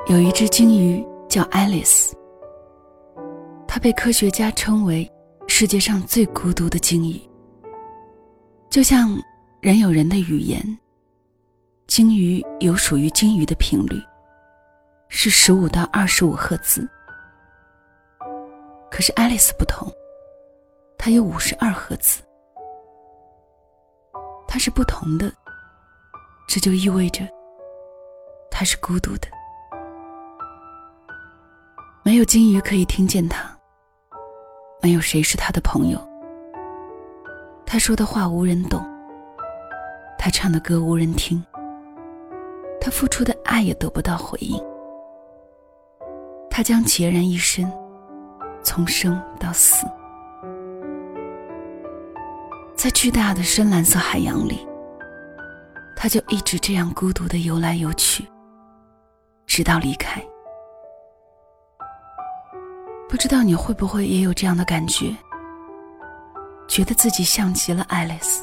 有一只鲸鱼叫爱丽丝，它被科学家称为世界上最孤独的鲸鱼。就像人有人的语言，鲸鱼有属于鲸鱼的频率，是15到25赫兹。可是爱丽丝不同，它有52赫兹。它是不同的，这就意味着它是孤独的。没有鲸鱼可以听见它，没有谁是他的朋友。他说的话无人懂，他唱的歌无人听，他付出的爱也得不到回应。他将孑然一身，从生到死。在巨大的深蓝色海洋里，他就一直这样孤独地游来游去，直到离开。不知道你会不会也有这样的感觉，觉得自己像极了爱丽丝。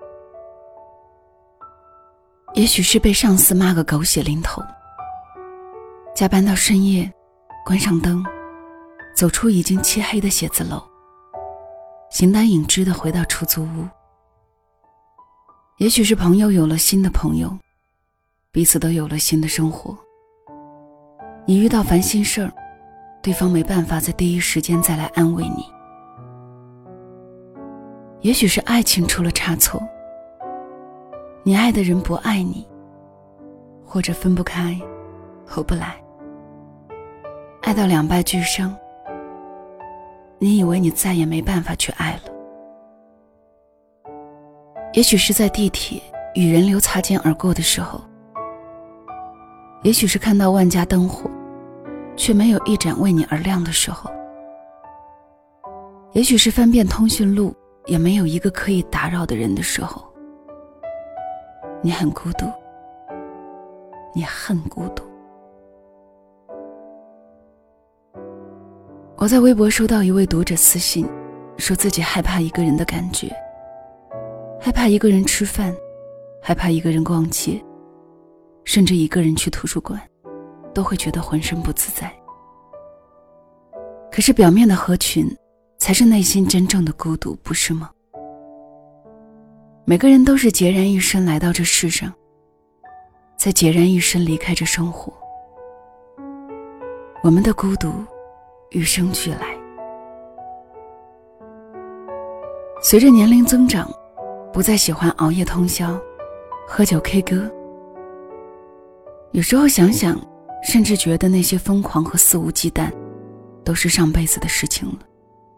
也许是被上司骂个狗血淋头，加班到深夜，关上灯，走出已经漆黑的写字楼，形单影只地回到出租屋。也许是朋友有了新的朋友，彼此都有了新的生活。你遇到烦心事儿，对方没办法在第一时间再来安慰你。也许是爱情出了差错，你爱的人不爱你，或者分不开，合不来，爱到两败俱伤，你以为你再也没办法去爱了。也许是在地铁与人流擦肩而过的时候，也许是看到万家灯火却没有一盏为你而亮的时候，也许是翻遍通讯录也没有一个可以打扰的人的时候，你很孤独，你很孤独。我在微博收到一位读者私信，说自己害怕一个人的感觉，害怕一个人吃饭，害怕一个人逛街，甚至一个人去图书馆，都会觉得浑身不自在。可是表面的合群才是内心真正的孤独，不是吗？每个人都是孑然一身来到这世上，再孑然一身离开这生活。我们的孤独与生俱来。随着年龄增长，不再喜欢熬夜通宵，喝酒 K 歌。有时候想想，甚至觉得那些疯狂和肆无忌惮都是上辈子的事情了。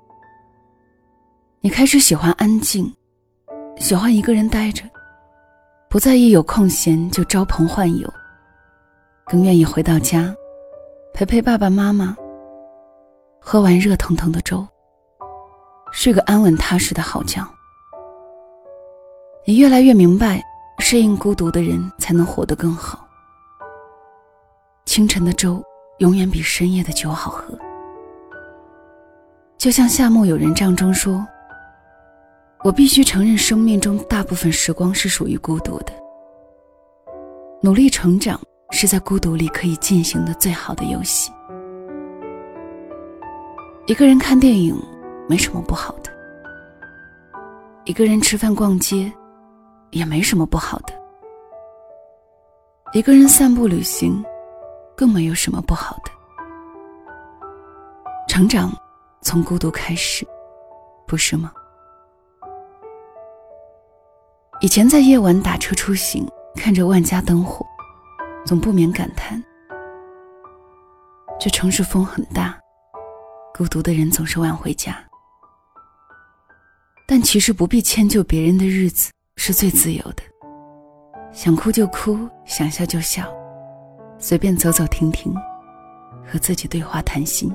你开始喜欢安静，喜欢一个人待着，不在意有空闲就招朋唤友，更愿意回到家陪陪爸爸妈妈，喝完热腾腾的粥，睡个安稳踏实的好觉。你越来越明白，适应孤独的人才能活得更好。清晨的粥永远比深夜的酒好喝。就像夏目友人帐中说，我必须承认生命中大部分时光是属于孤独的。努力成长是在孤独里可以进行的最好的游戏。一个人看电影没什么不好的，一个人吃饭逛街也没什么不好的，一个人散步旅行更没有什么不好的。成长从孤独开始，不是吗？以前在夜晚打车出行，看着万家灯火，总不免感叹，这城市风很大，孤独的人总是晚回家。但其实不必迁就别人的日子是最自由的，想哭就哭，想笑就笑，随便走走停停，和自己对话谈心。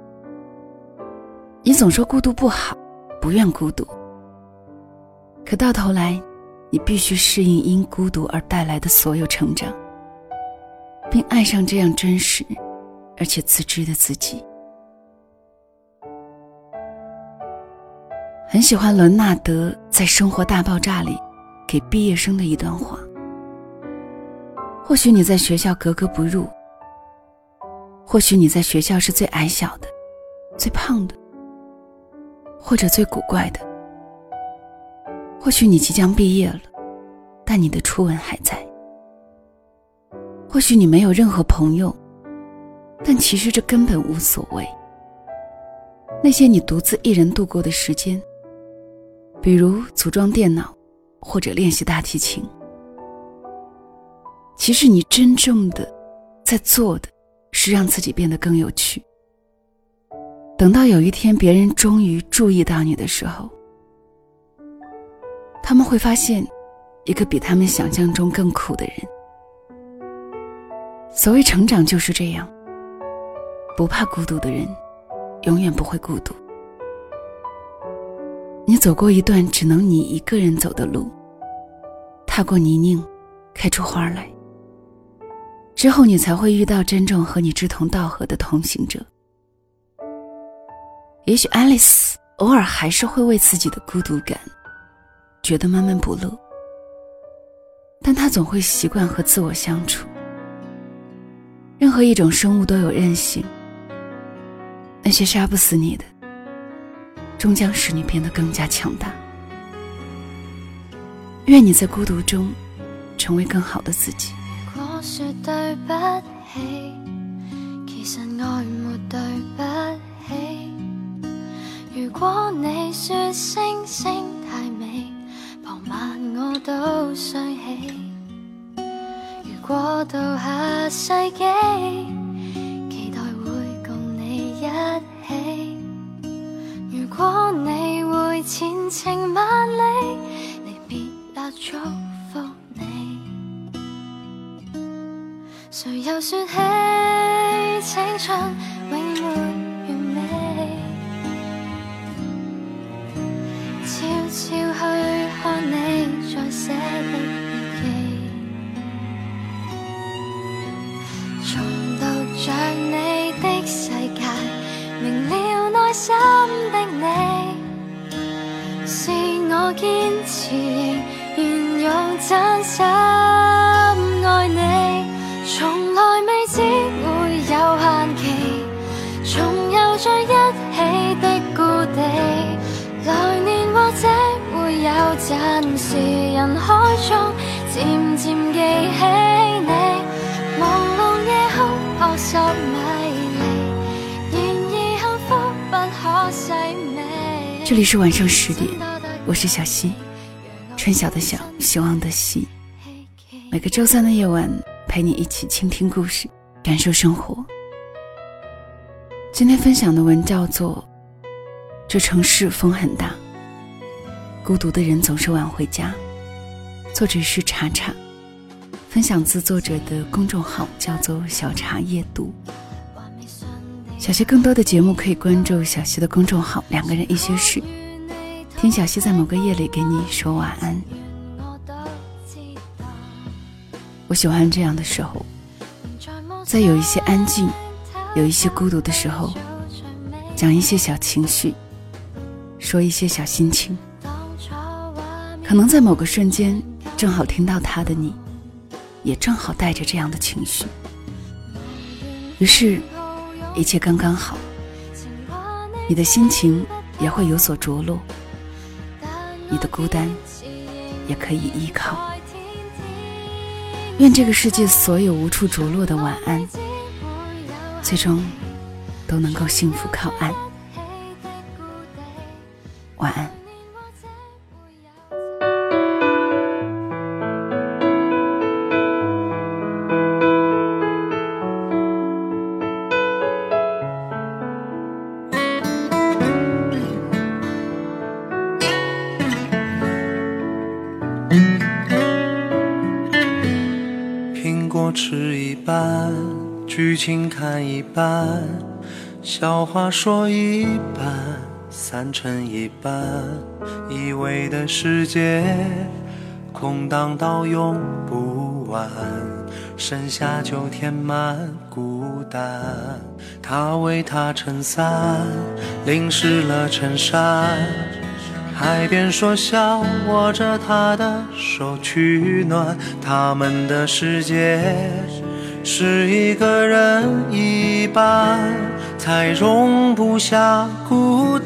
你总说孤独不好，不愿孤独，可到头来你必须适应因孤独而带来的所有成长，并爱上这样真实而且自知的自己。很喜欢伦纳德在《生活大爆炸》里给毕业生的一段话。或许你在学校格格不入， 或许你在学校是最矮小的，最胖的，或者最古怪的。或许你即将毕业了，但你的初吻还在。或许你没有任何朋友，但其实这根本无所谓。那些你独自一人度过的时间，比如组装电脑或者练习大提琴，其实你真正的在做的是让自己变得更有趣。等到有一天别人终于注意到你的时候，他们会发现一个比他们想象中更酷的人。所谓成长就是这样，不怕孤独的人永远不会孤独。你走过一段只能你一个人走的路，踏过泥泞，开出花来，之后你才会遇到真正和你志同道合的同行者。也许爱丽丝偶尔还是会为自己的孤独感觉得闷闷不乐，但她总会习惯和自我相处。任何一种生物都有韧性，那些杀不死你的，终将使你变得更加強大。願你在孤獨中成為更好的自己。 如果說對不起，其實愛沒對不起。如果你說星星太美，傍晚我都想起。如果到下世紀，期待會共你一起。如果你會前程萬里，離別也祝福你。誰又說起青春永沒完美，悄悄去看你在寫的日記，重讀着你的世界，明了內心的你，是我堅持仍然用真心愛你。從來未知會有限期，重遊在一起的故地，來年或者會有陣時人海中漸漸記起你，朦朧夜空撲朔迷離，然而幸福不可細味。 這裡是晚上10點，我是小溪，春曉的曉，希望的希。每個週3的夜晚陪你一起傾聽故事，感受生活。今天分享的文叫做這城市風很大，孤獨的人總是晚回家，作者是茶茶，分享自作者的公眾號叫做小茶夜讀。小溪更多的節目可以關注小溪的公眾號兩個人一些事，聽小溪在某個夜裡給你說晚安。我喜歡這樣的時候，在有一些安靜，有一些孤獨的時候，講一些小情緒，說一些小心情。可能在某個瞬間，正好聽到他的你，也正好帶着這樣的情緒，於是一切剛剛好，你的心情也會有所着落，你的孤單也可以依靠。願這個世界所有無處着落的晚安，最終都能夠幸福靠岸。晚安。 蘋果吃一半，劇情看一半，笑話說一半，散成一半，以為的世界空蕩到用不完，剩下就填滿孤單。他為她撐傘，淋濕了襯衫，海邊說笑，握着她的手取暖，他們的世界是一个人一半，才容不下孤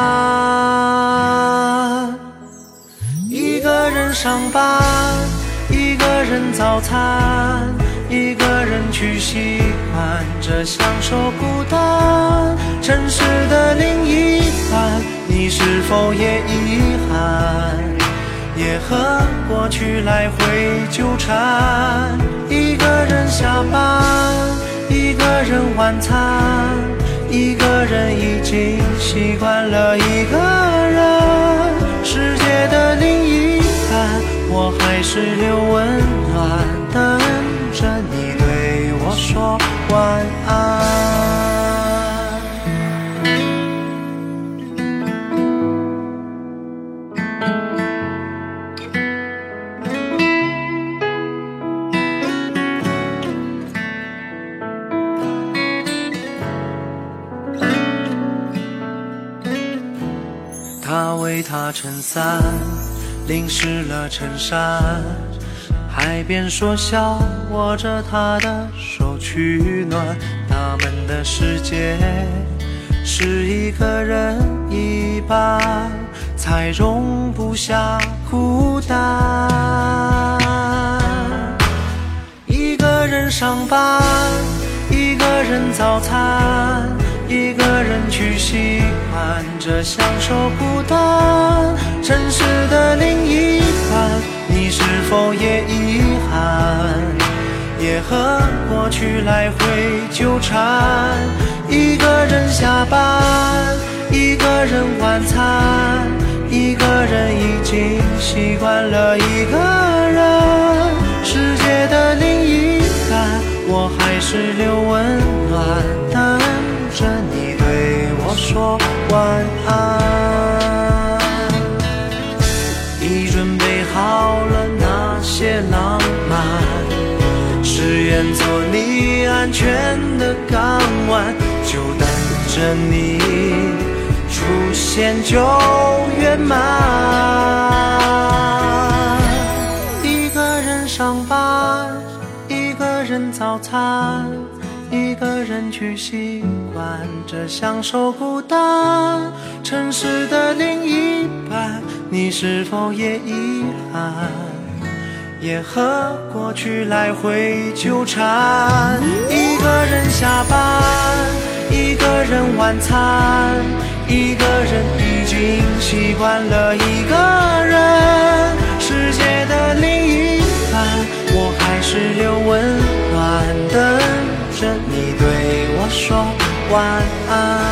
单。一个人上班，一个人早餐，一个人去习惯着享受孤单。城市的另一半，你是否也遗憾，也和过去来回纠缠？一个人下班，一个人晚餐，一个人已经习惯了一个人。世界的另一半，我还是留温暖，等着你对我说晚安。他为她撑伞，淋湿了衬衫，海边说笑，握着她的手取暖。他们的世界是一个人一半，才容不下孤单。一个人上班，一个人早餐，一个人去习惯着享受孤单。城市的另一半，你是否也遗憾，也和过去来回纠缠？一个人下班，一个人晚餐，一个人已经习惯了一个人。世界的另一半，我还是留温暖，等着你对我说晚安。已准备好了那些浪漫，誓言做你安全的港湾，就等着你出现就圆满。一个人上班，一个人早餐，一个人去习惯着享受孤单。城市的另一半，你是否也遗憾，也和过去来回纠缠？一个人下班，一个人晚餐，一个人已经习惯了一个人。世界的另一半，我还是留温暖，等着你对我说晚安。